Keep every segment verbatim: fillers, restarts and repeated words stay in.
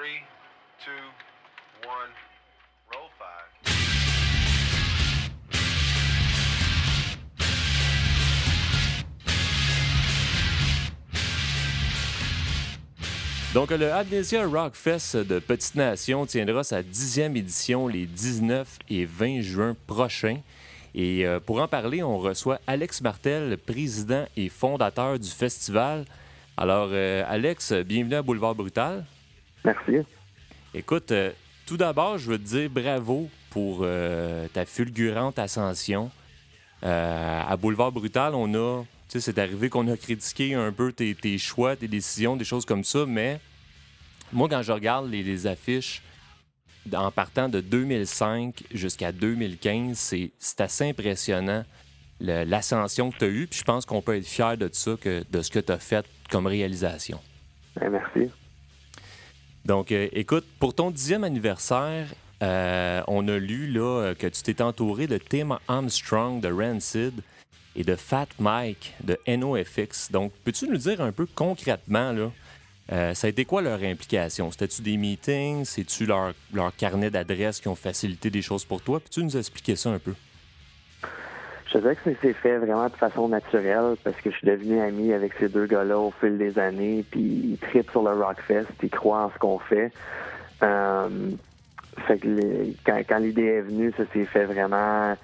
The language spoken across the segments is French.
Three, two, one, roll five. Donc, le Amnesia Rockfest de Petite Nation tiendra sa dixième édition les dix-neuf et vingt juin prochains. Et euh, pour en parler, on reçoit Alex Martel, président et fondateur du festival. Alors, euh, Alex, bienvenue à Boulevard Brutal. Merci. Écoute, euh, tout d'abord, je veux te dire bravo pour euh, ta fulgurante ascension. Euh, à Boulevard Brutal, on a... Tu sais, c'est arrivé qu'on a critiqué un peu tes, tes choix, tes décisions, des choses comme ça, mais moi, quand je regarde les, les affiches en partant de deux mille cinq jusqu'à deux mille quinze, c'est, c'est assez impressionnant le, l'ascension que tu as eue, puis je pense qu'on peut être fier de ça, que, de ce que tu as fait comme réalisation. Bien, merci. Donc, euh, écoute, pour ton dixième anniversaire, euh, on a lu là, que tu t'es entouré de Tim Armstrong de Rancid et de Fat Mike de N O F X. Donc, peux-tu nous dire un peu concrètement, là, euh, ça a été quoi leur implication? C'était-tu des meetings? C'est-tu leur, leur carnet d'adresses qui ont facilité des choses pour toi? Peux-tu nous expliquer ça un peu? Je dirais que ça s'est fait vraiment de façon naturelle parce que je suis devenu ami avec ces deux gars-là au fil des années, puis ils trippent sur le Rockfest, ils croient en ce qu'on fait. Euh, fait que les, quand, quand l'idée est venue, ça s'est fait vraiment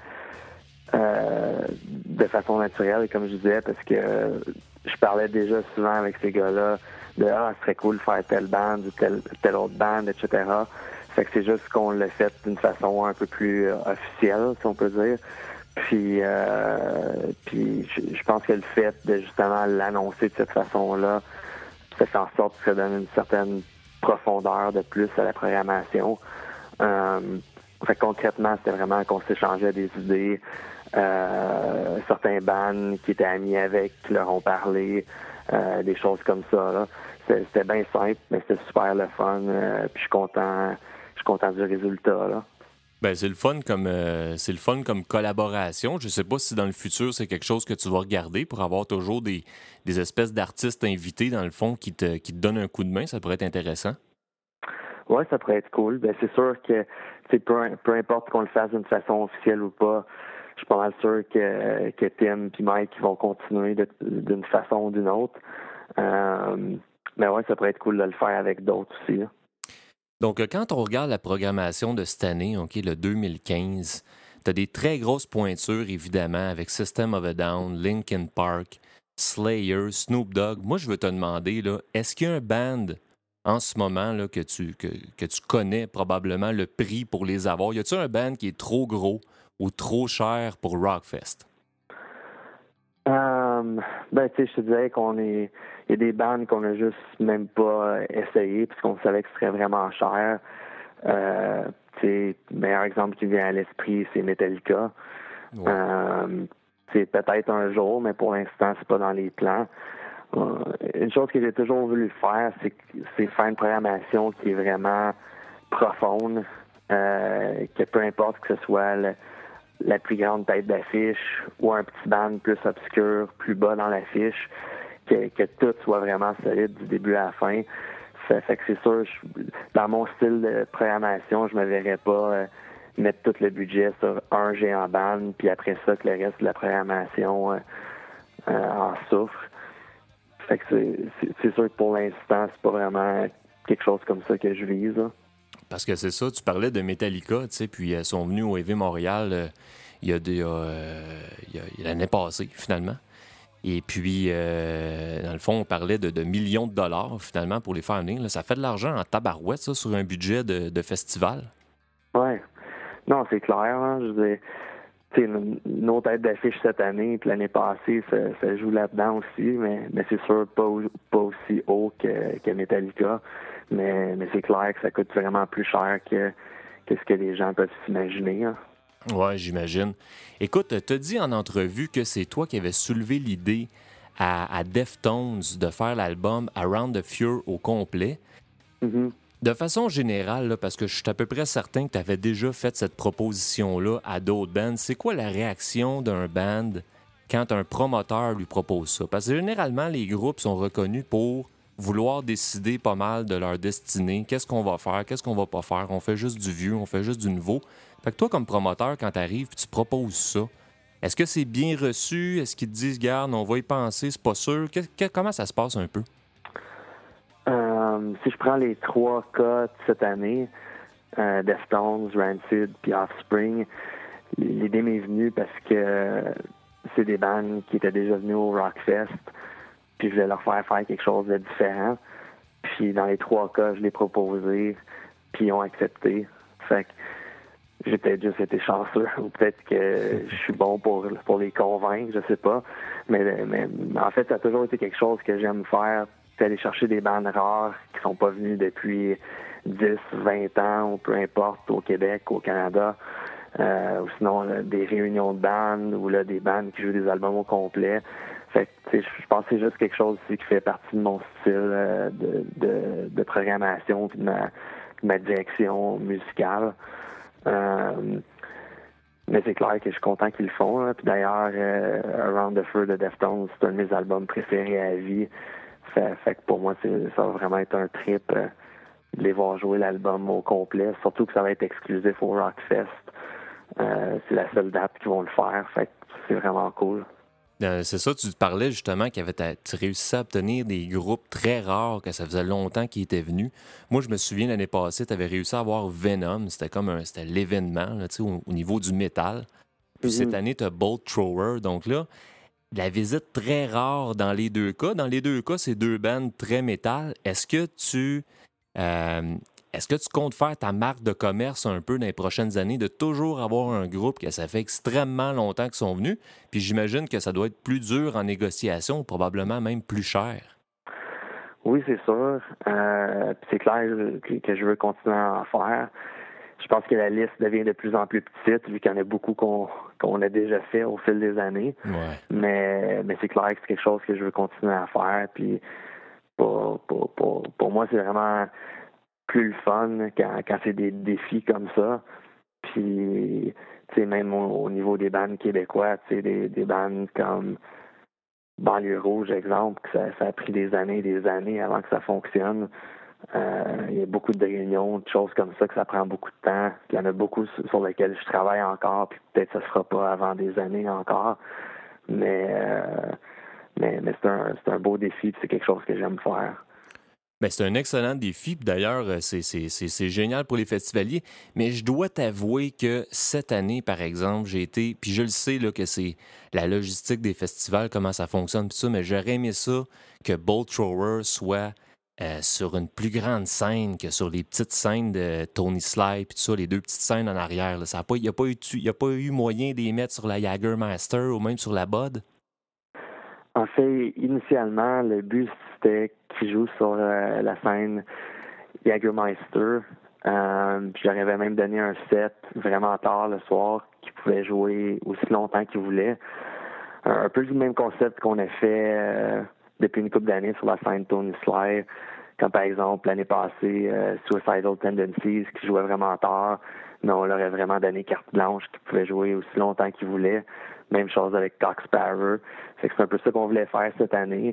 euh, de façon naturelle, comme je disais, parce que euh, je parlais déjà souvent avec ces gars-là de « Ah, ce serait cool de faire telle bande ou telle, telle autre bande, et cetera » Fait que c'est juste qu'on l'a fait d'une façon un peu plus euh, officielle, si on peut dire. Puis, euh, puis je, je pense que le fait de justement l'annoncer de cette façon-là, ça fait en sorte que ça donne une certaine profondeur de plus à la programmation. Euh, fait que concrètement, c'était vraiment qu'on s'échangeait des idées. Euh, certains bands qui étaient amis avec, qui leur ont parlé, euh, des choses comme ça. Là. C'était, c'était bien simple, mais c'était super le fun. Euh, puis je suis content, je suis content du résultat. Là. Ben, c'est le fun comme euh, c'est le fun comme collaboration. Je sais pas si dans le futur, c'est quelque chose que tu vas regarder pour avoir toujours des, des espèces d'artistes invités, dans le fond, qui te, qui te donnent un coup de main. Ça pourrait être intéressant. Oui, ça pourrait être cool. Ben, c'est sûr que peu, peu importe qu'on le fasse d'une façon officielle ou pas, je suis pas mal sûr que, que Tim et Mike vont continuer de, d'une façon ou d'une autre. Euh, mais ouais, ça pourrait être cool de le faire avec d'autres aussi. Là. Donc, quand on regarde la programmation de cette année, OK, le deux mille quinze, tu as des très grosses pointures, évidemment, avec System of a Down, Linkin Park, Slayer, Snoop Dogg. Moi, je veux te demander, là, est-ce qu'il y a un band en ce moment là, que, tu, que, que tu connais probablement le prix pour les avoir? Y a-t-il un band qui est trop gros ou trop cher pour Rockfest? Um, ben, tu sais, je te dirais qu'on est... Il y a des bandes qu'on a juste même pas essayé parce qu'on savait que ce serait vraiment cher. Euh, tu sais, le meilleur exemple qui vient à l'esprit, c'est Metallica. Ouais. Um, c'est peut-être un jour, mais pour l'instant, c'est pas dans les plans. Euh, une chose que j'ai toujours voulu faire, c'est, c'est faire une programmation qui est vraiment profonde, euh, que peu importe que ce soit le, la plus grande tête d'affiche ou un petit band plus obscur, plus bas dans l'affiche, que, que tout soit vraiment solide du début à la fin. Ça fait que c'est sûr, je, dans mon style de programmation, je me verrais pas euh, mettre tout le budget sur un géant band, puis après ça, que le reste de la programmation euh, euh, en souffre. Fait que c'est, c'est, c'est sûr que pour l'instant, c'est pas vraiment quelque chose comme ça que je vise. Là. Parce que c'est ça, tu parlais de Metallica, tu sais, puis ils sont venus au E V Montréal euh, il y a des, euh, il y a, l'année passée, finalement. Et puis, euh, dans le fond, on parlait de, de millions de dollars, finalement, pour les faire venir. Là, ça fait de l'argent en tabarouette, ça, sur un budget de, de festival. Oui. Non, c'est clair. Hein, je veux dire, tu sais, nos têtes d'affiche cette année, puis l'année passée, ça, ça joue là-dedans aussi, mais, mais c'est sûr pas, pas aussi haut que, que Metallica. Mais, mais c'est clair que ça coûte vraiment plus cher que, que ce que les gens peuvent s'imaginer. Hein. Oui, j'imagine. Écoute, tu as dit en entrevue que c'est toi qui avais soulevé l'idée à, à Deftones de faire l'album Around the Fure au complet. Mm-hmm. De façon générale, là, parce que je suis à peu près certain que tu avais déjà fait cette proposition-là à d'autres bands, c'est quoi la réaction d'un band quand un promoteur lui propose ça? Parce que généralement, les groupes sont reconnus pour vouloir décider pas mal de leur destinée, qu'est-ce qu'on va faire, qu'est-ce qu'on va pas faire, on fait juste du vieux, on fait juste du nouveau. Fait que toi, comme promoteur, quand tu arrives et tu proposes ça, est-ce que c'est bien reçu? Est-ce qu'ils te disent, garde, on va y penser, c'est pas sûr? Que, que, comment ça se passe un peu? Euh, si je prends les trois cas de cette année, euh, Deftones, Rancid puis Offspring, l'idée m'est venue parce que c'est des bands qui étaient déjà venus au Rockfest, puis je voulais leur faire faire quelque chose de différent. Puis dans les trois cas, je l'ai proposé, puis ils ont accepté. Fait que j'ai peut-être juste été chanceux, ou peut-être que je suis bon pour, pour les convaincre, je sais pas. Mais, mais en fait, ça a toujours été quelque chose que j'aime faire, c'est aller chercher des bandes rares qui sont pas venues depuis dix, vingt ans, ou peu importe, au Québec, au Canada. Euh, ou sinon là, des réunions de bandes, ou là, des bandes qui jouent des albums au complet. Fait que, tu sais, je pense que c'est juste quelque chose aussi qui fait partie de mon style euh, de, de, de programmation, puis de ma, de ma direction musicale. Euh, mais c'est clair que je suis content qu'ils le font. Là. Puis d'ailleurs, euh, Around the Fur de Deftones, c'est un de mes albums préférés à vie. Fait, fait que pour moi, c'est, ça va vraiment être un trip euh, de les voir jouer l'album au complet. Surtout que ça va être exclusif au Rockfest. Euh, c'est la seule date qu'ils vont le faire. Fait que c'est vraiment cool. Euh, c'est ça, tu te parlais justement qu'il avait tu réussissais à obtenir des groupes très rares, que ça faisait longtemps qu'ils étaient venus. Moi, je me souviens l'année passée, tu avais réussi à avoir Venom, c'était comme un, c'était l'événement là, au, au niveau du métal. Puis mm-hmm. Cette année, tu as Bolt Thrower. Donc là, la visite très rare dans les deux cas. Dans les deux cas, c'est deux bandes très métal. Est-ce que tu euh, est-ce que tu comptes faire ta marque de commerce un peu dans les prochaines années, de toujours avoir un groupe que ça fait extrêmement longtemps qu'ils sont venus? Puis j'imagine que ça doit être plus dur en négociation, probablement même plus cher. Oui, c'est sûr. Euh, c'est clair que, que je veux continuer à en faire. Je pense que la liste devient de plus en plus petite, vu qu'il y en a beaucoup qu'on, qu'on a déjà fait au fil des années. Ouais. Mais, mais c'est clair que c'est quelque chose que je veux continuer à faire. Puis pour, pour, pour, pour moi, c'est vraiment plus le fun quand, quand c'est des défis comme ça. Puis, tu sais, même au, au niveau des bandes québécois, tu sais, des, des bandes comme Banlieue Rouge, exemple, que ça, ça a pris des années et des années avant que ça fonctionne. Euh, il y a beaucoup de réunions, de choses comme ça, que ça prend beaucoup de temps. Il y en a beaucoup sur lesquels je travaille encore, puis peut-être que ça se fera pas avant des années encore. Mais, euh, mais, mais c'est un, c'est un beau défi, puis c'est quelque chose que j'aime faire. Bien, c'est un excellent défi. D'ailleurs, c'est, c'est, c'est, c'est génial pour les festivaliers. Mais je dois t'avouer que cette année, par exemple, j'ai été... Puis je le sais là, que c'est la logistique des festivals, comment ça fonctionne, tout ça, mais j'aurais aimé ça que Bolt Thrower soit euh, sur une plus grande scène que sur les petites scènes de Tony Sly, puis tout ça, les deux petites scènes en arrière. Là. Ça a pas, il n'y a, pas eu, y a pas eu moyen de les mettre sur la Jagermeister ou même sur la Bud? En fait, initialement, le but, c'était qu'ils jouent sur euh, la scène Jagermeister. Euh, puis j'aurais même donné un set vraiment tard le soir qu'ils pouvaient jouer aussi longtemps qu'ils voulaient. Un, un peu le même concept qu'on a fait euh, depuis une couple d'années sur la scène Tony Sly. Quand, par exemple, l'année passée, euh, Suicidal Tendencies, qui jouait vraiment tard, mais on leur a vraiment donné carte blanche, qu'ils pouvaient jouer aussi longtemps qu'ils voulaient. Même chose avec Cock Sparrer. Fait que c'est un peu ça qu'on voulait faire cette année.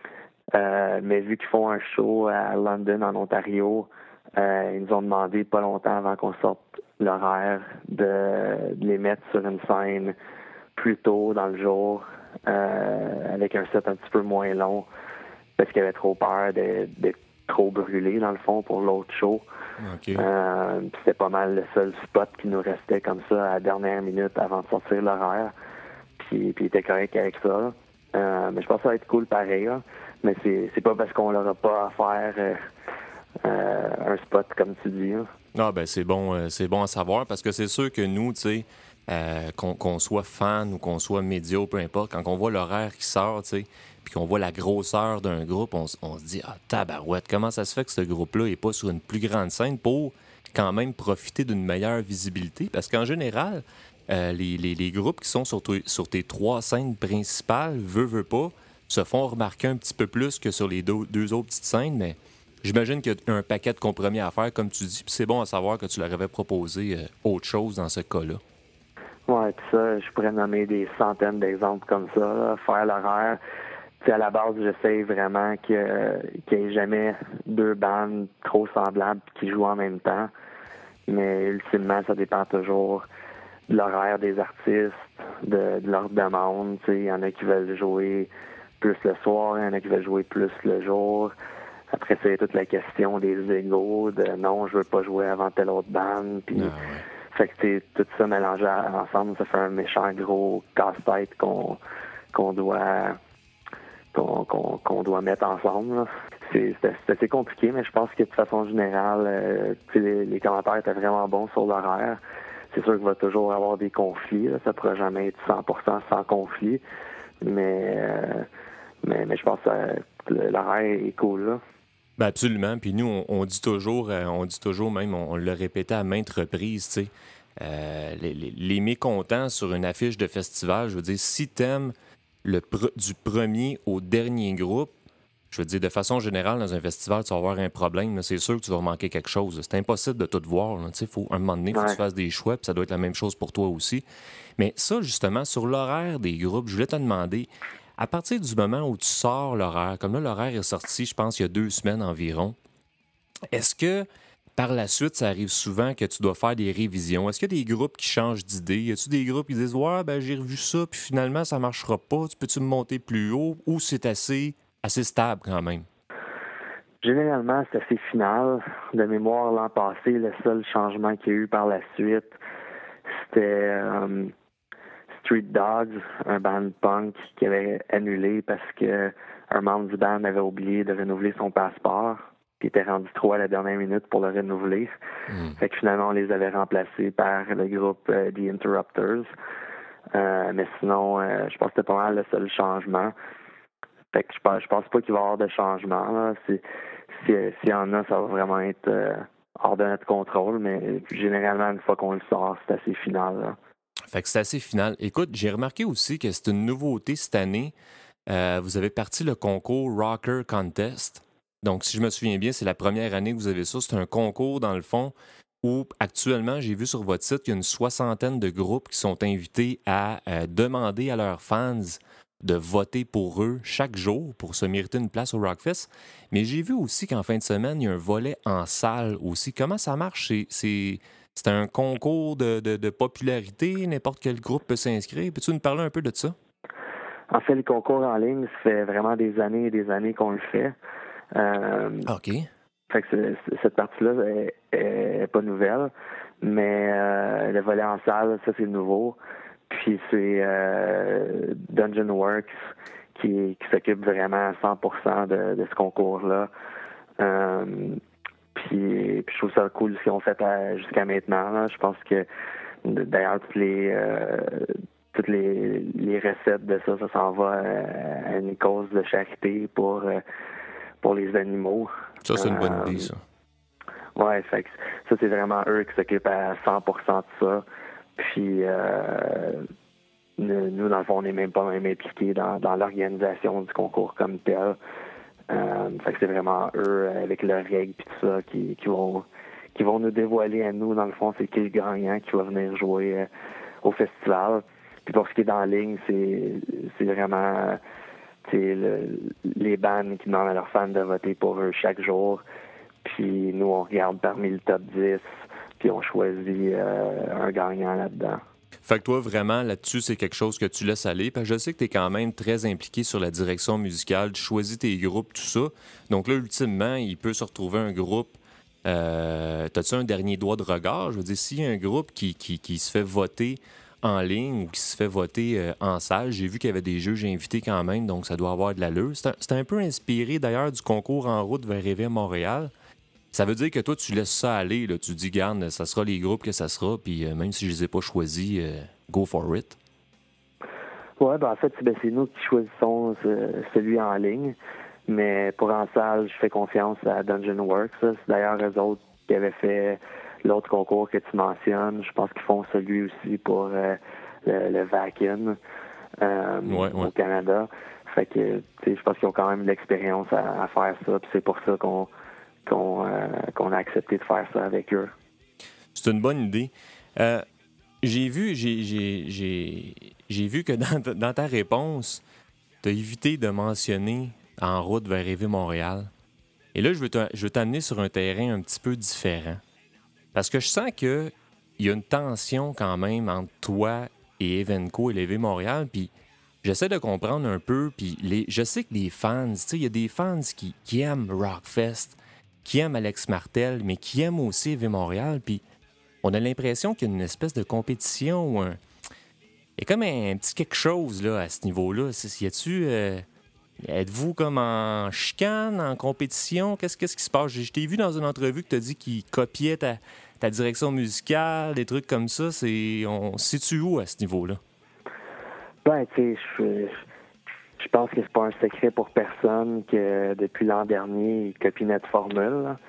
Euh, mais vu qu'ils font un show à London, en Ontario, euh, ils nous ont demandé pas longtemps avant qu'on sorte l'horaire de, de les mettre sur une scène plus tôt dans le jour, euh, avec un set un petit peu moins long, parce qu'ils avaient trop peur de, d'être trop brûlés, dans le fond, pour l'autre show. Okay. Euh, c'était pas mal le seul spot qui nous restait comme ça à la dernière minute avant de sortir l'horaire. Puis, puis il était correct avec ça. Euh, mais je pense que ça va être cool pareil. Là. Mais c'est, c'est pas parce qu'on n'aura pas à faire euh, euh, un spot comme tu dis. Là. Ah ben c'est bon, euh, c'est bon à savoir parce que c'est sûr que nous, tu sais, euh, qu'on, qu'on soit fan ou qu'on soit média, peu importe, quand on voit l'horaire qui sort, tu sais, puis qu'on voit la grosseur d'un groupe, on, on se dit, ah tabarouette, comment ça se fait que ce groupe-là n'est pas sur une plus grande scène pour quand même profiter d'une meilleure visibilité? Parce qu'en général, euh, les, les, les groupes qui sont sur, t- sur tes trois scènes principales, veut, veut pas, se font remarquer un petit peu plus que sur les deux, deux autres petites scènes, mais j'imagine qu'il y a un paquet de compromis à faire, comme tu dis, puis c'est bon à savoir que tu leur avais proposé euh, autre chose dans ce cas-là. Ouais, puis ça, je pourrais nommer des centaines d'exemples comme ça, là, faire l'horaire. à la base, j'essaie vraiment que, qu'il n'y ait jamais deux bandes trop semblables qui jouent en même temps. Mais ultimement, ça dépend toujours de l'horaire des artistes, de, de leur demande. Il y en a qui veulent jouer plus le soir, il y en a qui veulent jouer plus le jour. Après, c'est toute la question des égos, de non, je veux pas jouer avant telle autre bande. Puis, Ah, ouais. fait que t'sais, tout ça mélangé ensemble, ça fait un méchant gros casse-tête qu'on, qu'on doit qu'on, qu'on, qu'on doit mettre ensemble. Là. C'est, c'est, c'est assez compliqué, mais je pense que de façon générale, euh, les, les commentaires étaient vraiment bons sur l'horaire. C'est sûr qu'il va toujours avoir des conflits. Là. Ça ne pourra jamais être cent pour cent sans conflit. Mais, euh, mais, mais je pense que l'horaire est cool. Là. Ben absolument. Puis nous, on, on dit toujours, euh, on dit toujours même, on, on l'a répété à maintes reprises, tu sais, euh, les, les, les mécontents sur une affiche de festival, je veux dire, si t'aimes le pr- du premier au dernier groupe, je veux dire, de façon générale, dans un festival, tu vas avoir un problème. Là, c'est sûr que tu vas manquer quelque chose. C'est impossible de tout voir. Là, tu sais, faut, un moment donné, il faut Ouais. que tu fasses des choix, puis ça doit être la même chose pour toi aussi. Mais ça, justement, sur l'horaire des groupes, je voulais te demander, à partir du moment où tu sors l'horaire, comme là, l'horaire est sorti, je pense, il y a deux semaines environ, est-ce que par la suite, ça arrive souvent que tu dois faire des révisions? Est-ce qu'il y a des groupes qui changent d'idée? Y a-tu des groupes qui disent « Ouais, ben j'ai revu ça, puis finalement, ça marchera pas. Tu peux-tu me monter plus haut? » Ou c'est assez, assez stable quand même? Généralement, c'est assez final. De mémoire, l'an passé, le seul changement qu'il y a eu par la suite, c'était euh, Street Dogs, un band punk qui avait annulé parce que un membre du band avait oublié de renouveler son passeport, puis était rendu trop à la dernière minute pour le renouveler. Mm. Fait que finalement, on les avait remplacés par le groupe euh, The Interrupters. Euh, mais sinon, euh, je pense que c'était pas mal le seul changement. Fait que je pense, je pense pas qu'il va y avoir de changement. Là. Si, si, s'il y en a, ça va vraiment être euh, hors de notre contrôle, mais généralement, une fois qu'on le sort, c'est assez final. Là. Fait que c'est assez final. Écoute, j'ai remarqué aussi que c'est une nouveauté cette année. Euh, vous avez parti le concours Rocker Contest. Donc, si je me souviens bien, c'est la première année que vous avez ça. C'est un concours, dans le fond, où actuellement, j'ai vu sur votre site qu'il y a une soixantaine de groupes qui sont invités à euh, demander à leurs fans de voter pour eux chaque jour pour se mériter une place au Rockfest. Mais j'ai vu aussi qu'en fin de semaine, il y a un volet en salle aussi. Comment ça marche? C'est, c'est, c'est un concours de, de, de popularité? N'importe quel groupe peut s'inscrire? Peux-tu nous parler un peu de ça? En fait, les concours en ligne, ça fait vraiment des années et des années qu'on le fait. Euh, OK. Fait que c'est- cette partie-là est, est pas nouvelle, mais euh, le volet en salle, ça c'est nouveau. Puis c'est euh, Dungeon Works qui, qui s'occupe vraiment à cent pour cent de, de ce concours-là. Euh, puis, puis je trouve ça cool ce qu'ils ont fait à- jusqu'à maintenant. Là. Je pense que d'ailleurs toutes les euh, toutes les, les recettes de ça, ça s'en va à, à une cause de charité pour euh, pour les animaux. Ça, c'est une bonne Euh, idée, ça. Ouais, fait que ça, c'est vraiment eux qui s'occupent à cent pour cent de ça. Puis, euh, nous, dans le fond, on n'est même pas même impliqués dans, dans l'organisation du concours comme tel. Euh, fait que c'est vraiment eux, avec leurs règles et tout ça, qui, qui vont qui vont nous dévoiler à nous, dans le fond, c'est qui le gagnant qui va venir jouer euh, au festival. Puis pour ce qui est en ligne, c'est, c'est vraiment c'est le, les bands qui demandent à leurs fans de voter pour eux chaque jour. Puis nous, on regarde parmi le top dix, puis on choisit euh, un gagnant là-dedans. Fait que toi, vraiment, là-dessus, c'est quelque chose que tu laisses aller. Parce que je sais que tu es quand même très impliqué sur la direction musicale. Tu choisis tes groupes, tout ça. Donc là, ultimement, il peut se retrouver un groupe. Euh, T'as-tu un dernier doigt de regard? Je veux dire, s'il y a un groupe qui, qui, qui se fait voter en ligne ou qui se fait voter euh, en salle, j'ai vu qu'il y avait des juges invités quand même, donc ça doit avoir de l'allure. C'est un, c'est un peu inspiré d'ailleurs du concours En route vers Rêver Montréal. Ça veut dire que toi, tu laisses ça aller. Là. Tu dis, garde, ça sera les groupes que ça sera, puis euh, même si je les ai pas choisis, euh, go for it. Ouais, ben en fait, ben, c'est nous qui choisissons ce, celui en ligne. Mais pour en salle, je fais confiance à Dungeon Works. Ça. C'est d'ailleurs eux autres qui avaient fait l'autre concours que tu mentionnes. Je pense qu'ils font celui aussi pour euh, le, le Vakin euh, Ouais, ouais. au Canada. Fait que, tu sais, je pense qu'ils ont quand même de l'expérience à, à faire ça. Puis c'est pour ça qu'on qu'on, euh, qu'on a accepté de faire ça avec eux. C'est une bonne idée. Euh, j'ai vu, j'ai, j'ai, j'ai, j'ai vu que dans, dans ta réponse, t'as évité de mentionner En route vers Rêver Montréal. Et là, je veux, te- je veux t'amener sur un terrain un petit peu différent. Parce que je sens qu'il y a une tension quand même entre toi et Evenco et Rêver Montréal. Puis j'essaie de comprendre un peu. Puis les, je sais que les fans, tu sais, il y a des fans qui, qui aiment Rockfest, qui aiment Alex Martel, mais qui aiment aussi Rêver Montréal. Puis on a l'impression qu'il y a une espèce de compétition ou un. Il y a comme un, petit quelque chose là, à ce niveau-là. C'est- Y a-tu. euh, Êtes-vous comme en chicane, en compétition? Qu'est-ce, qu'est-ce qui se passe? Je je t'ai vu dans une entrevue que tu as dit qu'il copiait ta, ta direction musicale, des trucs comme ça. C'est, on se situe où à ce niveau-là? Ben, tu sais, je, je pense que c'est pas un secret pour personne que depuis l'an dernier, ils copient notre formule. là.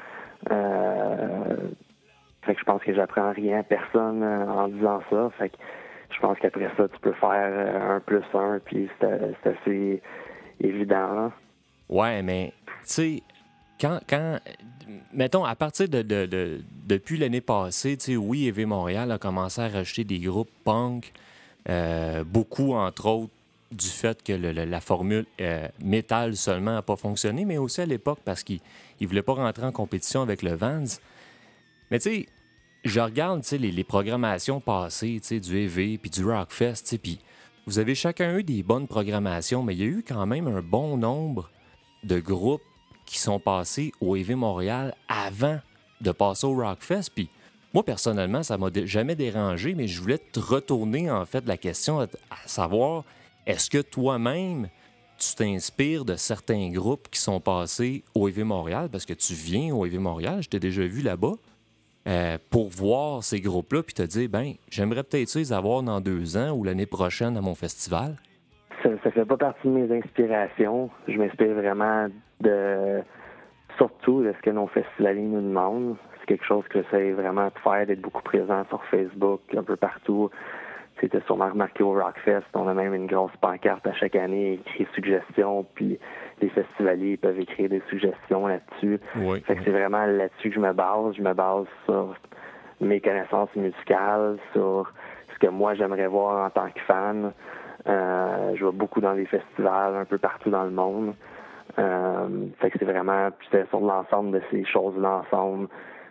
Euh, fait que je pense que j'apprends rien à personne euh, en disant ça. Fait que je pense qu'après ça, tu peux faire euh, un plus un, puis c'est, c'est assez évident. Là. Ouais, mais tu sais, quand, quand. Mettons, à partir de. de- de- depuis l'année passée, tu sais, oui, E V Montréal a commencé à rajouter des groupes punk, euh, beaucoup, entre autres, du fait que le- le- la formule euh, métal seulement n'a pas fonctionné, mais aussi à l'époque parce qu'ils ne voulaient pas rentrer en compétition avec le Vans. Mais tu sais, je regarde tu sais, les, les programmations passées tu sais, du E V puis du Rockfest, tu sais, puis vous avez chacun eu des bonnes programmations, mais il y a eu quand même un bon nombre de groupes qui sont passés au E V Montréal avant de passer au Rockfest. Puis moi, personnellement, ça m'a dé- jamais dérangé, mais je voulais te retourner en fait la question à, à savoir, est-ce que toi-même, tu t'inspires de certains groupes qui sont passés au E V Montréal, parce que tu viens au E V Montréal, je t'ai déjà vu là-bas, euh, pour voir ces groupes-là, puis te dire, ben, j'aimerais peut-être ça les avoir dans deux ans ou l'année prochaine à mon festival. Ça, ça fait pas partie de mes inspirations. Je m'inspire vraiment de surtout de ce que nos festivaliers nous demandent. C'est quelque chose que j'essaie vraiment de faire, d'être beaucoup présent sur Facebook, un peu partout. Tu as sûrement remarqué au Rockfest, on a même une grosse pancarte à chaque année, écrit suggestions, puis les festivaliers peuvent écrire des suggestions là-dessus. Oui. Fait que c'est vraiment là-dessus que je me base. Je me base sur mes connaissances musicales, sur ce que moi j'aimerais voir en tant que fan. Euh, je vais beaucoup dans les festivals un peu partout dans le monde. Euh, fait que c'est vraiment puis c'est sur l'ensemble de ces choses-là ensemble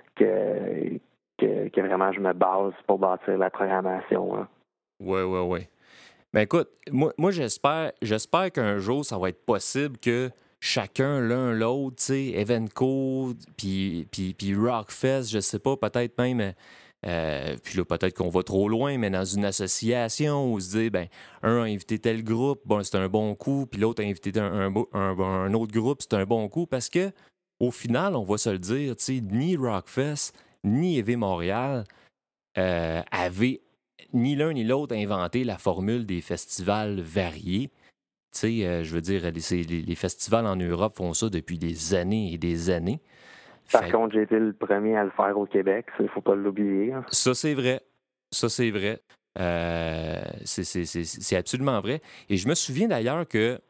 que, que, que vraiment je me base pour bâtir la programmation. Hein. Oui, oui, oui. Ben écoute, moi, moi j'espère, j'espère qu'un jour, ça va être possible que chacun, l'un l'autre, tu sais, Evenco, puis, puis, puis Rockfest, je sais pas, peut-être même, euh, puis là, peut-être qu'on va trop loin, mais dans une association où se dit, ben, un a invité tel groupe, bon, c'est un bon coup, puis l'autre a invité un, un, beau- un- un autre groupe, c'est un bon coup, parce que au final, on va se le dire, tu sais, ni Rockfest, ni E V Montréal euh, avaient ni l'un ni l'autre inventé la formule des festivals variés. Tu sais, euh, je veux dire, les, c'est- les- les festivals en Europe font ça depuis des années et des années. Par Fait- contre, j'ai été le premier à le faire au Québec, ça, il faut pas l'oublier. Hein. ça, c'est vrai. Ça, c'est vrai. Euh, c'est, c'est- c'est- c'est absolument vrai. Et je me souviens d'ailleurs que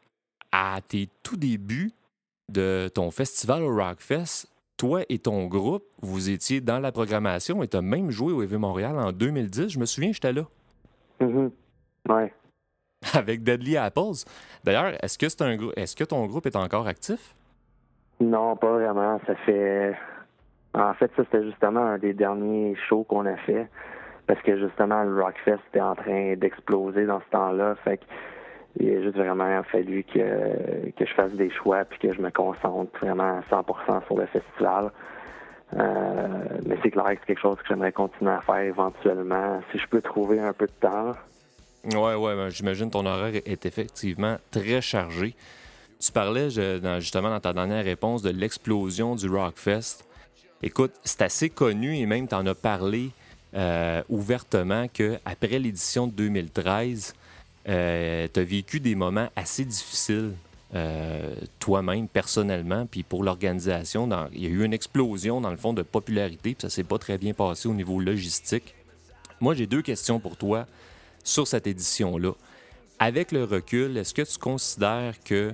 à tes tout débuts de ton festival au Rockfest, toi et ton groupe, vous étiez dans la programmation et tu as même joué au E V Montréal en deux mille dix. Je me souviens, j'étais là. Mhm. Ouais. Avec Deadly Apples. D'ailleurs, est-ce que c'est un grou- est-ce que ton groupe est encore actif? Non, pas vraiment. Ça fait. En fait, ça, c'était justement un des derniers shows qu'on a fait. Parce que justement, le Rockfest était en train d'exploser dans ce temps-là. Fait que il a juste vraiment fallu que, que je fasse des choix puis que je me concentre vraiment à cent pour cent sur le festival. Euh, mais c'est clair que c'est quelque chose que j'aimerais continuer à faire éventuellement. Si je peux trouver un peu de temps. Ouais, ouais, ben, j'imagine que ton horaire est effectivement très chargé. Tu parlais je- dans- justement dans ta dernière réponse de l'explosion du Rockfest. Écoute, c'est assez connu et même tu en as parlé euh, ouvertement qu'après l'édition de deux mille treize, euh, tu as vécu des moments assez difficiles euh, toi-même, personnellement, puis pour l'organisation. dans- Il y a eu une explosion, dans le fond, de popularité, puis ça s'est pas très bien passé au niveau logistique. Moi, j'ai deux questions pour toi sur cette édition-là. Avec le recul, est-ce que tu considères que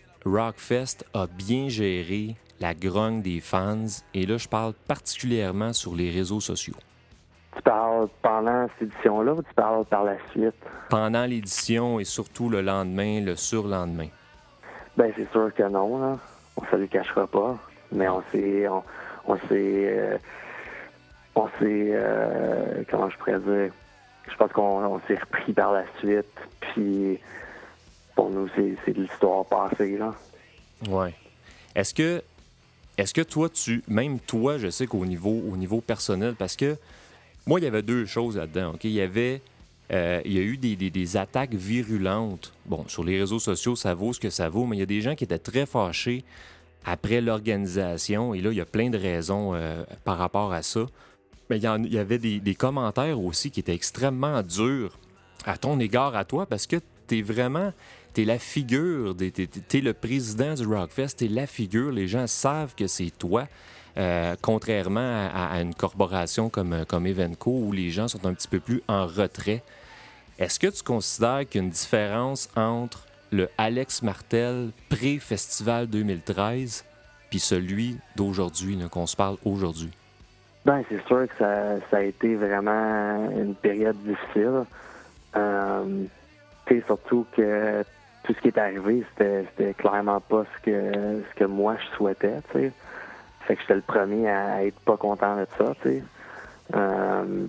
Rockfest a bien géré la grogne des fans? Et là, je parle particulièrement sur les réseaux sociaux. Tu parles pendant cette édition-là ou tu parles par la suite? Pendant l'édition et surtout le lendemain, le surlendemain. Ben c'est sûr que non, là. On se le cachera pas. Mais on s'est... On, on s'est... Euh, on s'est... Euh, comment je pourrais dire? Je pense qu'on on s'est repris par la suite. Puis pour nous, c'est, c'est de l'histoire passée, là. Ouais. Est-ce que... Est-ce que toi, tu... Même toi, je sais qu'au niveau, au niveau personnel, parce que moi, il y avait deux choses là-dedans, OK? Il y avait... Euh, il y a eu des, des, des attaques virulentes. Bon, sur les réseaux sociaux, ça vaut ce que ça vaut, mais il y a des gens qui étaient très fâchés après l'organisation. Et là, il y a plein de raisons euh, par rapport à ça. Mais il y, en, il y avait des, des commentaires aussi qui étaient extrêmement durs à ton égard, à toi, parce que t'es vraiment... T'es la figure, t'es, t'es, t'es le président du Rockfest, t'es la figure. Les gens savent que c'est toi. Euh, contrairement à, à une corporation comme, comme Evenco, où les gens sont un petit peu plus en retrait. Est-ce que tu considères qu'il y a une différence entre le Alex Martel pré-Festival deux mille treize puis celui d'aujourd'hui, là, qu'on se parle aujourd'hui? Ben c'est sûr que ça, ça a été vraiment une période difficile. Euh, tu sais, surtout que tout ce qui est arrivé, c'était, c'était clairement pas ce que, ce que moi je souhaitais, tu sais. Fait que j'étais le premier à être pas content de ça, tu sais. Euh,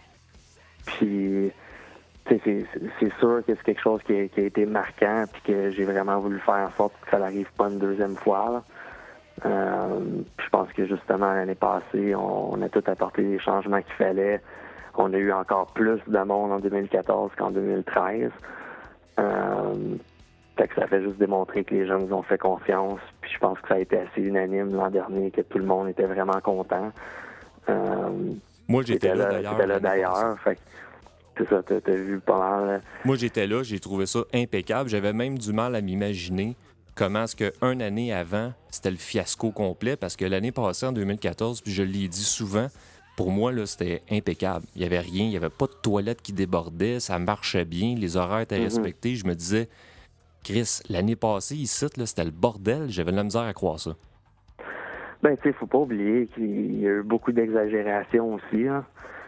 puis, tu sais, c'est, c'est sûr que c'est quelque chose qui a, qui a été marquant puis que j'ai vraiment voulu faire en sorte que ça n'arrive pas une deuxième fois, là. Euh, je pense que justement, l'année passée, on, on a tout apporté les changements qu'il fallait. On a eu encore plus de monde en deux mille quatorze qu'en deux mille treize. Euh, Fait que ça fait juste démontrer que les gens nous ont fait confiance. Puis je pense que ça a été assez unanime l'an dernier, que tout le monde était vraiment content. Euh, Moi, j'étais là, d'ailleurs. J'étais là d'ailleurs. Fait que c'est ça, t'as, t'as vu pas mal. Moi, j'étais là, j'ai trouvé ça impeccable. J'avais même du mal à m'imaginer comment est-ce qu'une année avant, c'était le fiasco complet. Parce que l'année passée, en deux mille quatorze, puis je l'ai dit souvent, pour moi, là, c'était impeccable. Il n'y avait rien, il n'y avait pas de toilette qui débordait, ça marchait bien, les horaires étaient mm-hmm. respectés. Je me disais... Chris, l'année passée, ici, là, c'était le bordel. J'avais de la misère à croire ça. Ben, tu sais, faut pas oublier qu'il y a eu beaucoup d'exagération aussi. Hein.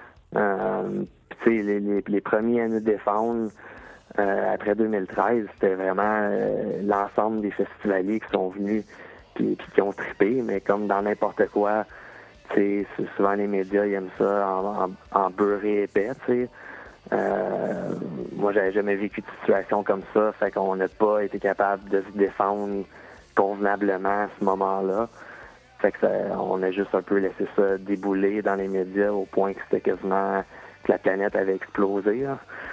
Euh, tu sais, les, les, les premiers à nous défendre euh, après deux mille treize, c'était vraiment euh, l'ensemble des festivaliers qui sont venus puis qui ont trippé. Mais comme dans n'importe quoi, tu sais, souvent les médias, ils aiment ça en, en, en beurré épais, tu sais. Euh, moi, j'avais jamais vécu de situation comme ça, fait qu'on n'a pas été capable de se défendre convenablement à ce moment-là. Fait que ça, on a juste un peu laissé ça débouler dans les médias au point que c'était quasiment que la planète avait explosé.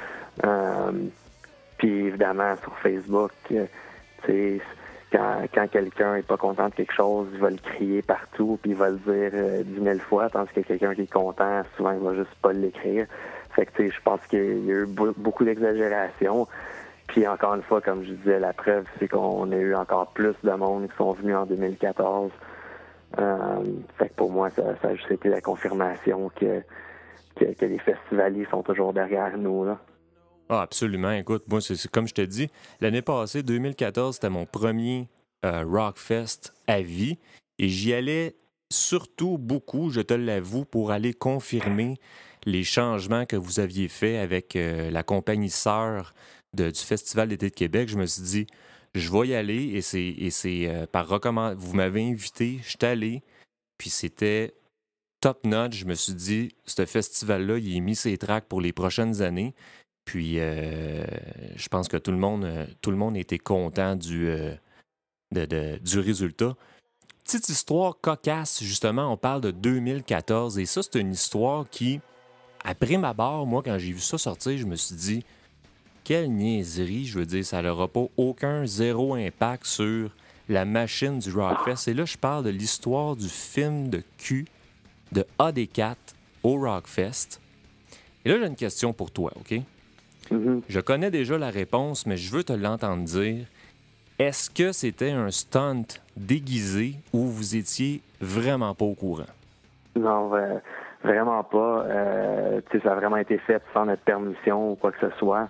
Euh, puis évidemment, sur Facebook, tu sais, quand, quand quelqu'un est pas content de quelque chose, il va le crier partout, puis il va le dire euh, dix mille fois, tandis que quelqu'un qui est content, souvent, il va juste pas l'écrire. Fait que, tu sais, je pense qu'il y a eu beaucoup d'exagération. Puis, encore une fois, comme je disais, la preuve, c'est qu'on a eu encore plus de monde qui sont venus en deux mille quatorze. Euh, fait que pour moi, ça, ça a juste été la confirmation que, que, que les festivaliers sont toujours derrière nous, là. Ah, absolument. Écoute, moi, c'est, c'est comme je te dis, l'année passée, deux mille quatorze, c'était mon premier euh, Rockfest à vie. Et j'y allais surtout beaucoup, je te l'avoue, pour aller confirmer les changements que vous aviez faits avec euh, la compagnie sœur de, du Festival d'été de Québec. Je me suis dit, je vais y aller et c'est, et c'est euh, par recommandation. Vous m'avez invité, je suis allé, puis c'était top notch. Je me suis dit, ce festival-là, il est mis ses tracks pour les prochaines années. Puis euh, je pense que tout le monde, euh, tout le monde était content du, euh, de, de, du résultat. Petite histoire cocasse, justement, on parle de deux mille quatorze et ça, c'est une histoire qui... Après ma barre, moi, quand j'ai vu ça sortir, je me suis dit, quelle niaiserie, je veux dire, ça n'aura pas aucun zéro impact sur la machine du Rockfest. Et là, je parle de l'histoire du film de cul de A D quatre au Rockfest. Et là, j'ai une question pour toi, OK? Mm-hmm. Je connais déjà la réponse, mais je veux te l'entendre dire. Est-ce que c'était un stunt déguisé ou vous étiez vraiment pas au courant? Non, euh... Vraiment pas. Euh, ça a vraiment été fait sans notre permission ou quoi que ce soit.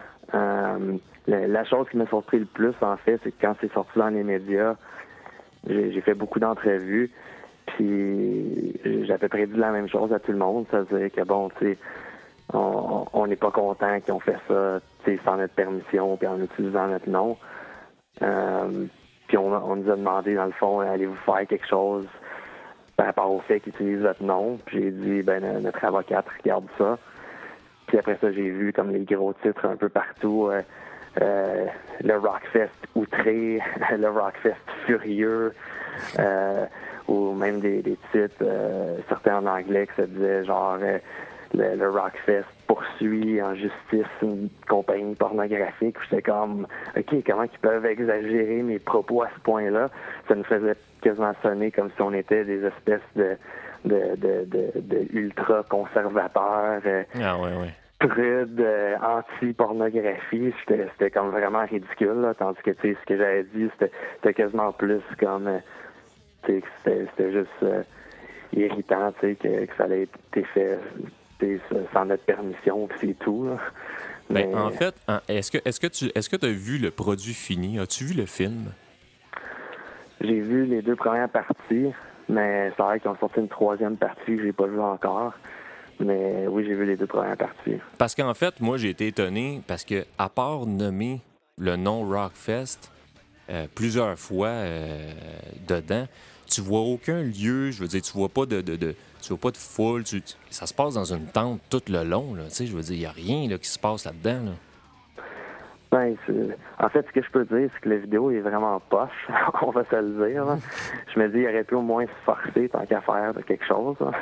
Euh, la, la chose qui m'a surpris le plus, en fait, c'est que quand c'est sorti dans les médias, j'ai, j'ai fait beaucoup d'entrevues. Puis j'ai à peu près dit la même chose à tout le monde. C'est-à-dire que, bon, tu sais, on on n'est pas content qu'ils ont fait ça, tu sais, sans notre permission puis en utilisant notre nom. Euh, puis on, on nous a demandé, dans le fond, allez-vous faire quelque chose par rapport au fait qu'ils utilisent votre nom. Puis j'ai dit, ben notre avocate regarde ça. Puis après ça, j'ai vu comme les gros titres un peu partout. Euh, euh, le Rockfest outré, le Rockfest furieux, euh, ou même des, des titres, euh, certains en anglais, qui se disaient genre euh, le, le Rockfest poursuit en justice une compagnie pornographique. J'étais comme, OK, comment ils peuvent exagérer mes propos à ce point-là? Ça nous faisait quasiment sonner comme si on était des espèces de, de, de, de, de ultra-conservateurs. Euh, Ah, ouais, ouais. prude, euh, anti-pornographie, c'était, c'était comme vraiment ridicule, là, tandis que, tu sais, ce que j'avais dit, c'était, c'était quasiment plus comme, euh, tu sais, c'était, c'était juste euh, irritant, tu sais, que, que ça allait être fait sans notre permission, puis c'est tout, là. Ben, Mais, en fait, est-ce que est-ce que tu est-ce que tu as vu le produit fini? As-tu vu le film? j'ai vu les deux premières parties, mais c'est vrai qu'ils ont sorti une troisième partie que j'ai pas vue encore. Mais oui, j'ai vu les deux premières parties. Parce qu'en fait, moi, j'ai été étonné parce que, à part nommer le nom Rockfest euh, plusieurs fois euh, dedans, tu vois aucun lieu, je veux dire, tu vois pas de, de, de tu vois pas de foule, tu, tu, ça se passe dans une tente tout le long, là, tu sais, je veux dire, il n'y a rien là, qui se passe là-dedans, là. Ben, c'est... En fait, ce que je peux dire, c'est que la vidéo est vraiment poche, on va se le dire, là. Je me dis, il aurait pu au moins se forcer tant qu'à faire de quelque chose, là.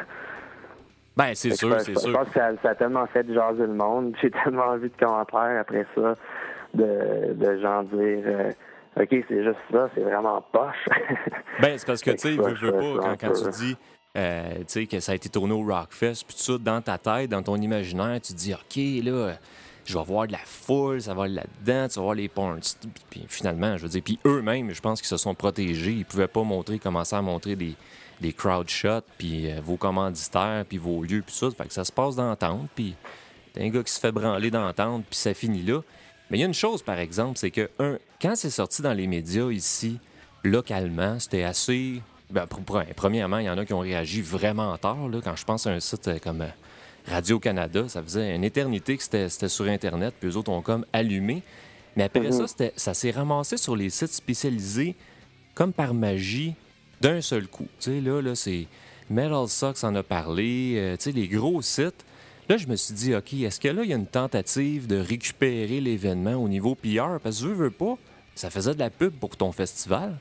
Ben, c'est sûr, je, c'est je, sûr. Je pense que ça, ça a tellement fait jaser le monde. J'ai tellement vu de commentaires après ça de, de gens dire euh, OK, c'est juste ça, c'est vraiment poche. Ben, c'est parce que, tu sais, ça, veux, veux pas, ça, quand, quand peu... tu dis euh, tu sais, que ça a été tourné au Rockfest, puis tout ça, dans ta tête, dans ton imaginaire, tu te dis, OK, là, je vais voir de la foule, ça va aller là-dedans, tu vas voir les porns. Puis, puis finalement, je veux dire, puis eux-mêmes, je pense qu'ils se sont protégés. Ils pouvaient pas montrer, commencer à montrer des, des crowd shots, puis euh, vos commanditaires, puis vos lieux, puis ça. Fait que ça se passe dans la tente, puis t'as un gars qui se fait branler dans la tente, puis ça finit là. Mais il y a une chose, par exemple, c'est que un, quand c'est sorti dans les médias ici, localement, c'était assez... Ben, premièrement, il y en a qui ont réagi vraiment tard. Là, quand je pense à un site comme Radio-Canada, ça faisait une éternité que c'était, c'était sur Internet, puis eux autres ont comme allumé. Mais après mm-hmm. ça, c'était, ça s'est ramassé sur les sites spécialisés comme par magie d'un seul coup. Tu sais, là, là, c'est Metal Sucks en a parlé, euh, tu sais, les gros sites. Là, je me suis dit, OK, est-ce que là, il y a une tentative de récupérer l'événement au niveau P R? Parce que je veux pas, ça faisait de la pub pour ton festival.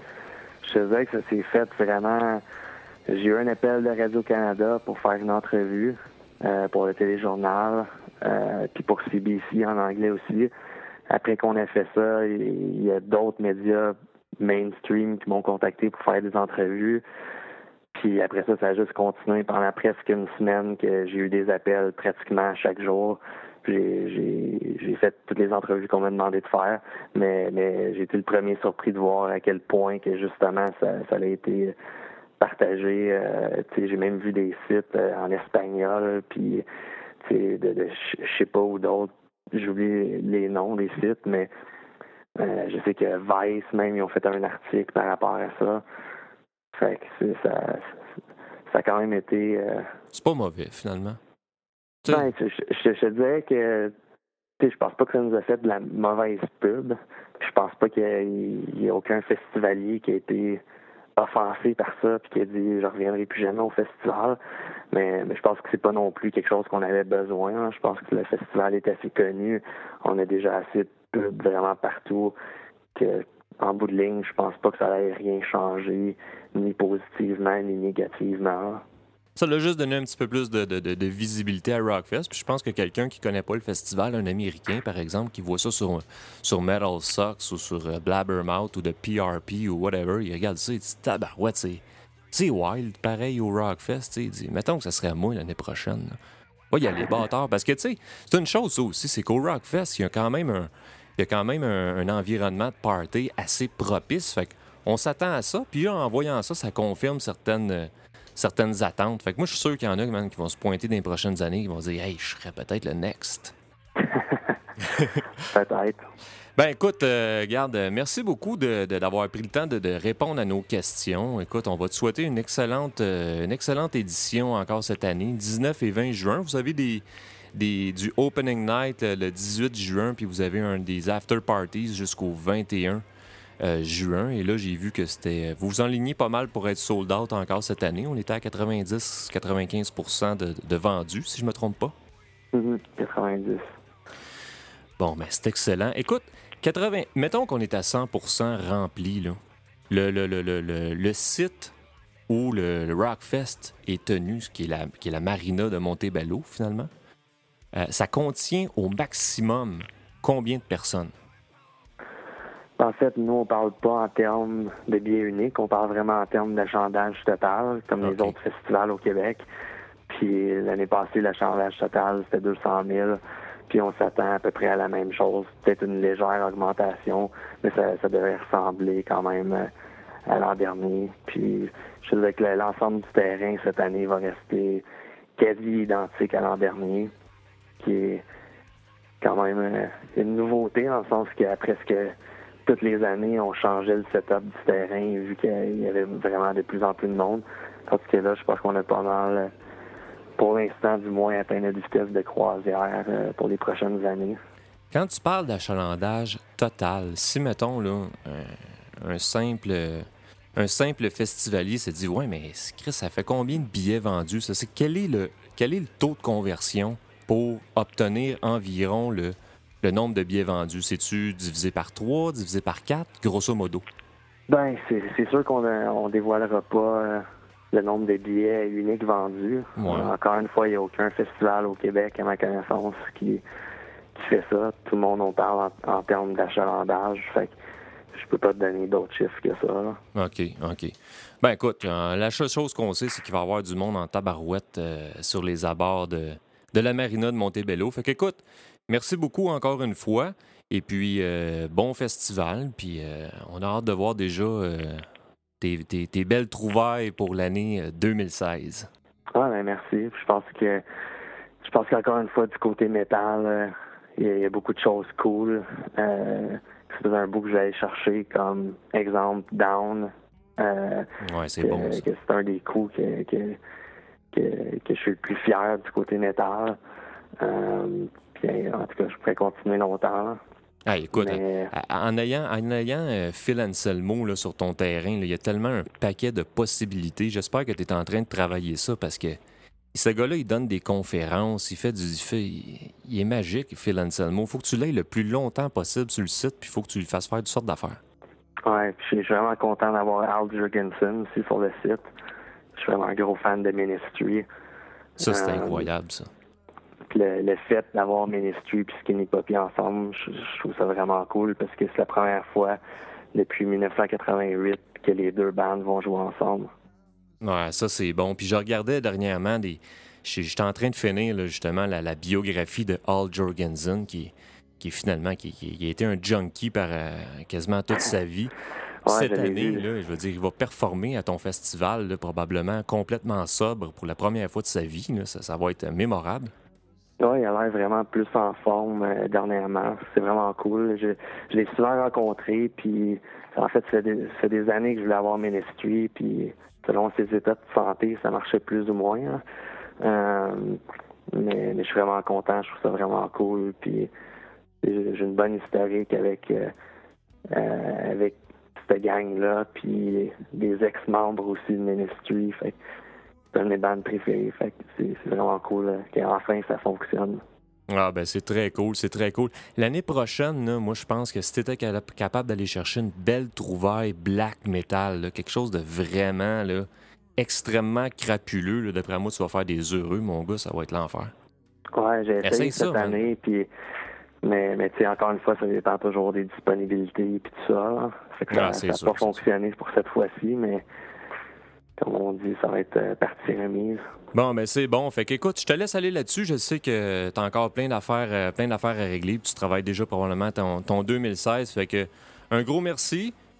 Je te disais que ça s'est fait vraiment... J'ai eu un appel de Radio-Canada pour faire une entrevue euh, pour le téléjournal, euh, puis pour C B C en anglais aussi. Après qu'on ait fait ça, il y a d'autres médias mainstream qui m'ont contacté pour faire des entrevues. Puis après ça, ça a juste continué pendant presque une semaine que j'ai eu des appels pratiquement chaque jour. Puis j'ai, j'ai, j'ai fait toutes les entrevues qu'on m'a demandé de faire, mais, mais j'ai été le premier surpris de voir à quel point que justement ça, ça a été partagé. Euh, tu sais, j'ai même vu des sites euh, en espagnol, puis tu sais, de, de je sais pas où d'autres. J'oublie les noms des sites, mais euh, je sais que Vice même ils ont fait un article par rapport à ça. Fait que c'est, ça, ça a quand même été. Euh... C'est pas mauvais finalement. Ben, je, je, je te dirais que je pense pas que ça nous a fait de la mauvaise pub. Je pense pas qu'il y, a, il y a aucun festivalier qui a été offensé par ça puis qui a dit je reviendrai plus jamais au festival. Mais, mais je pense que c'est pas non plus quelque chose qu'on avait besoin. Hein. Je pense que le festival est assez connu. On a déjà assez de pubs vraiment partout que en bout de ligne, je pense pas que ça allait rien changer, ni positivement, ni négativement. Ça l'a juste donné un petit peu plus de, de, de, de visibilité à Rockfest. Puis je pense que quelqu'un qui connaît pas le festival, un Américain, par exemple, qui voit ça sur, sur Metal Sucks ou sur uh, Blabbermouth ou de P R P ou whatever, il regarde ça et il dit « Tabarouette, c'est, c'est wild, pareil au Rockfest. » Il dit « Mettons que ça serait à moi l'année prochaine. » Va y aller, bâtard. Parce que, tu sais, c'est une chose, ça aussi, c'est qu'au Rockfest, il y a quand même un, il y a quand même un, un environnement de party assez propice. Fait qu'on s'attend à ça. Puis là, en voyant ça, ça confirme certaines... certaines attentes. Fait que moi, je suis sûr qu'il y en a man, qui vont se pointer dans les prochaines années, qui vont dire « Hey, je serais peut-être le next. » Peut-être. Ben écoute, euh, garde, merci beaucoup de, de- d'avoir pris le temps de, de répondre à nos questions. Écoute, on va te souhaiter une excellente, euh, une excellente édition encore cette année, dix-neuf et vingt juin. Vous avez des, des, du Opening Night euh, le dix-huit juin, puis vous avez un des After Parties jusqu'au vingt et un euh, juin. Et là, j'ai vu que c'était... Vous vous enlignez pas mal pour être sold out encore cette année. On était à quatre-vingt-dix à quatre-vingt-quinze pour cent de, de vendus, si je me trompe pas. Mhm, quatre-vingt-dix. Bon, ben c'est excellent. Écoute, quatre-vingts, mettons qu'on est à cent pour cent rempli, là. Le, le, le, le, le, le site où le, le Rockfest est tenu, ce qui est la, qui est la marina de Montebello, finalement, euh, ça contient au maximum combien de personnes? En fait, nous, on parle pas en termes de billets uniques, on parle vraiment en termes d'achalandage total, comme Ok. les autres festivals au Québec. Puis l'année passée, l'achalandage total, c'était deux cent mille. Puis on s'attend à peu près à la même chose, peut-être une légère augmentation, mais ça, ça devrait ressembler quand même euh, à l'an dernier. Puis je dirais que l'ensemble du terrain cette année va rester quasi identique à l'an dernier, qui est quand même euh, une nouveauté dans le sens qu'à presque toutes les années, on changeait le setup du terrain vu qu'il y avait vraiment de plus en plus de monde. Tandis que là, je pense qu'on a pas mal, euh, pour l'instant du moins, atteint notre vitesse de croisière euh, pour les prochaines années. Quand tu parles d'achalandage total, si, mettons, là, un, un simple... Un simple festivalier se dit « Ouais, mais Chris, ça fait combien de billets vendus? » Ça, c'est quel est le quel est le taux de conversion pour obtenir environ le, le nombre de billets vendus? C'est-tu divisé par trois, divisé par quatre, grosso modo? Ben, c'est, c'est sûr qu'on a, on dévoilera pas euh, le nombre de billets uniques vendus. Ouais. Euh, encore une fois, il n'y a aucun festival au Québec, à ma connaissance, qui, qui fait ça. Tout le monde, on parle en, en termes d'achalandage. Fait que je peux pas te donner d'autres chiffres que ça, là. OK, OK. Ben écoute, euh, la seule chose qu'on sait, c'est qu'il va y avoir du monde en tabarouette euh, sur les abords de, de la marina de Montebello. Fait qu'écoute, merci beaucoup encore une fois. Et puis, euh, bon festival. Puis, euh, on a hâte de voir déjà euh, tes, tes- tes belles trouvailles pour l'année euh, deux mille seize. Ah, ben merci. Je pense que je pense qu'encore une fois, du côté métal, euh, il y, a- il y a beaucoup de choses cool. Euh, c'est un bout que j'allais chercher comme exemple Down. Euh, Ouais, c'est que, bon, ça. que c'est un des coups que, que, que, que je suis le plus fier du côté métal. Euh, puis en tout cas, je pourrais continuer longtemps, là. Ah, écoute, Mais- en en ayant, en ayant euh, Phil Anselmo là, sur ton terrain, là, il y a tellement un paquet de possibilités. J'espère que tu es en train de travailler ça parce que ce gars-là, il donne des conférences, il fait du. Il, fait- il- il est magique, Phil Anselmo. Il faut que tu l'aies le plus longtemps possible sur le site, puis il faut que tu lui fasses faire toutes sortes d'affaires. Ouais, puis je suis vraiment content d'avoir Al Jurgensen aussi sur le site. Je suis vraiment un gros fan de Ministry. Ça, c'est Euh, incroyable, ça. Puis le, le fait d'avoir Ministry et Skinny Puppy ensemble, je, je trouve ça vraiment cool parce que c'est la première fois depuis dix-neuf cent quatre-vingt-huit que les deux bandes vont jouer ensemble. Ouais, ça, c'est bon. Puis je regardais dernièrement des. j'ai- J'étais en train de finir, là, justement, la, la biographie de Al Jorgensen, qui, qui est finalement. Qui, qui- qui a été un junkie par euh, quasiment toute sa vie. Puis Ouais, cette je l'ai année, vu. là, je veux dire, il va performer à ton festival, là, probablement complètement sobre pour la première fois de sa vie. Là. Ça, ça va être mémorable. Ouais, il a l'air vraiment plus en forme euh, dernièrement. C'est vraiment cool. Je, je l'ai souvent rencontré, puis en fait, ça fait des, ça fait des années que je voulais avoir Ministry, puis selon ses états de santé, ça marchait plus ou moins, hein. Euh, mais, mais je suis vraiment content, je trouve ça vraiment cool, puis j'ai j'ai une bonne historique avec euh, euh, avec cette gang-là, puis des ex-membres aussi de Ministry, fait que c'est une de mes bandes préférées, fait que c'est c'est vraiment cool euh, qu'enfin ça fonctionne. Ah ben c'est très cool, c'est très cool. L'année prochaine, là, moi je pense que si tu étais capable d'aller chercher une belle trouvaille black metal, là, quelque chose de vraiment là, extrêmement crapuleux, là, d'après moi tu vas faire des heureux, mon gars, ça va être l'enfer. Ouais, j'ai essayé Essaye ça, cette man. année, puis mais, mais tu sais, encore une fois, ça dépend toujours des disponibilités puis tout ça, là. Fait que ça Ah, c'est n'a sûr, pas c'est fonctionné pour cette fois-ci, mais comme on dit, ça va être euh, partie remise. Bon, ben c'est bon. Fait qu'écoute, je te laisse aller là-dessus. Je sais que t'as encore plein d'affaires, euh, plein d'affaires à régler. Puis tu travailles déjà probablement ton, ton deux mille seize. Fait que un gros merci.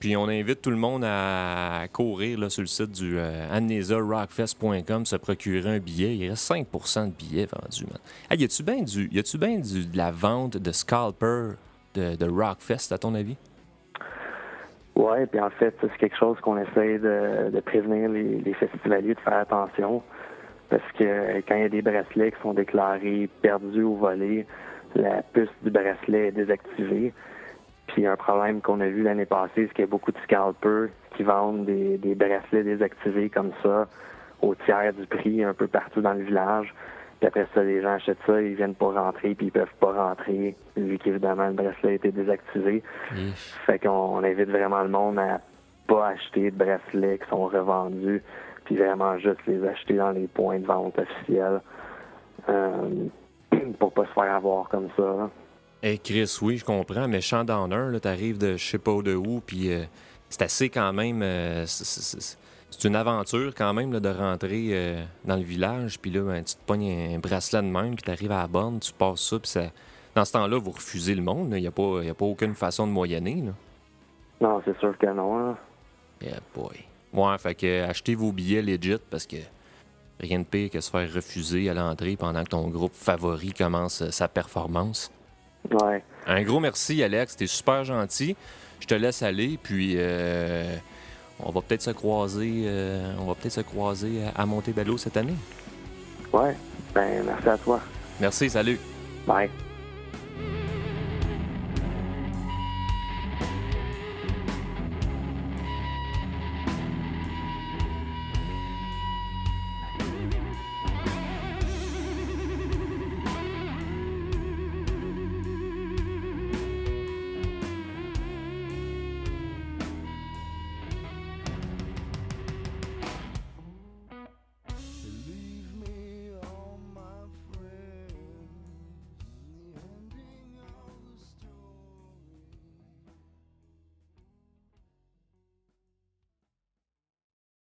Puis on invite tout le monde à courir là, sur le site du euh, amnesia rockfest point com, se procurer un billet. Il reste cinq pour cent de billets vendus, man. Hey, y a-tu bien du, y a-tu bien du, de la vente de scalper de, de Rockfest, à ton avis? Oui, puis en fait, c'est quelque chose qu'on essaie de, de prévenir les, les festivaliers de faire attention. Parce que quand il y a des bracelets qui sont déclarés perdus ou volés, la puce du bracelet est désactivée. Puis un problème qu'on a vu l'année passée, c'est qu'il y a beaucoup de scalpers qui vendent des, des bracelets désactivés comme ça, au tiers du prix, un peu partout dans le village. Puis après ça, les gens achètent ça, ils viennent pas rentrer, puis ils peuvent pas rentrer, vu qu'évidemment le bracelet a été désactivé. Mmh. Fait qu'on on invite vraiment le monde à pas acheter de bracelets qui sont revendus, puis vraiment juste les acheter dans les points de vente officiels, euh, pour pas se faire avoir comme ça. Là. Hey Chris, oui, je comprends, mais Champ d'honneur, t'arrives de je sais pas de où, puis euh, c'est assez quand même... Euh, c'est, c'est, c'est une aventure quand même là, de rentrer euh, dans le village, puis là, ben, tu te pognes un bracelet de même, puis t'arrives à la borne, tu passes ça, puis ça... Dans ce temps-là, vous refusez le monde, il n'y a, a pas aucune façon de moyenner. Là. Non, c'est sûr que non. Là. Yeah boy. Ouais, fait que achetez vos billets legit, parce que rien de pire que se faire refuser à l'entrée pendant que ton groupe favori commence sa performance. Ouais. Un gros merci, Alex. T'es super gentil. Je te laisse aller, puis euh, on va peut-être se croiser euh, on va peut-être se croiser à, à Montebello cette année. Ouais. Ben, merci à toi. Merci, salut. Bye.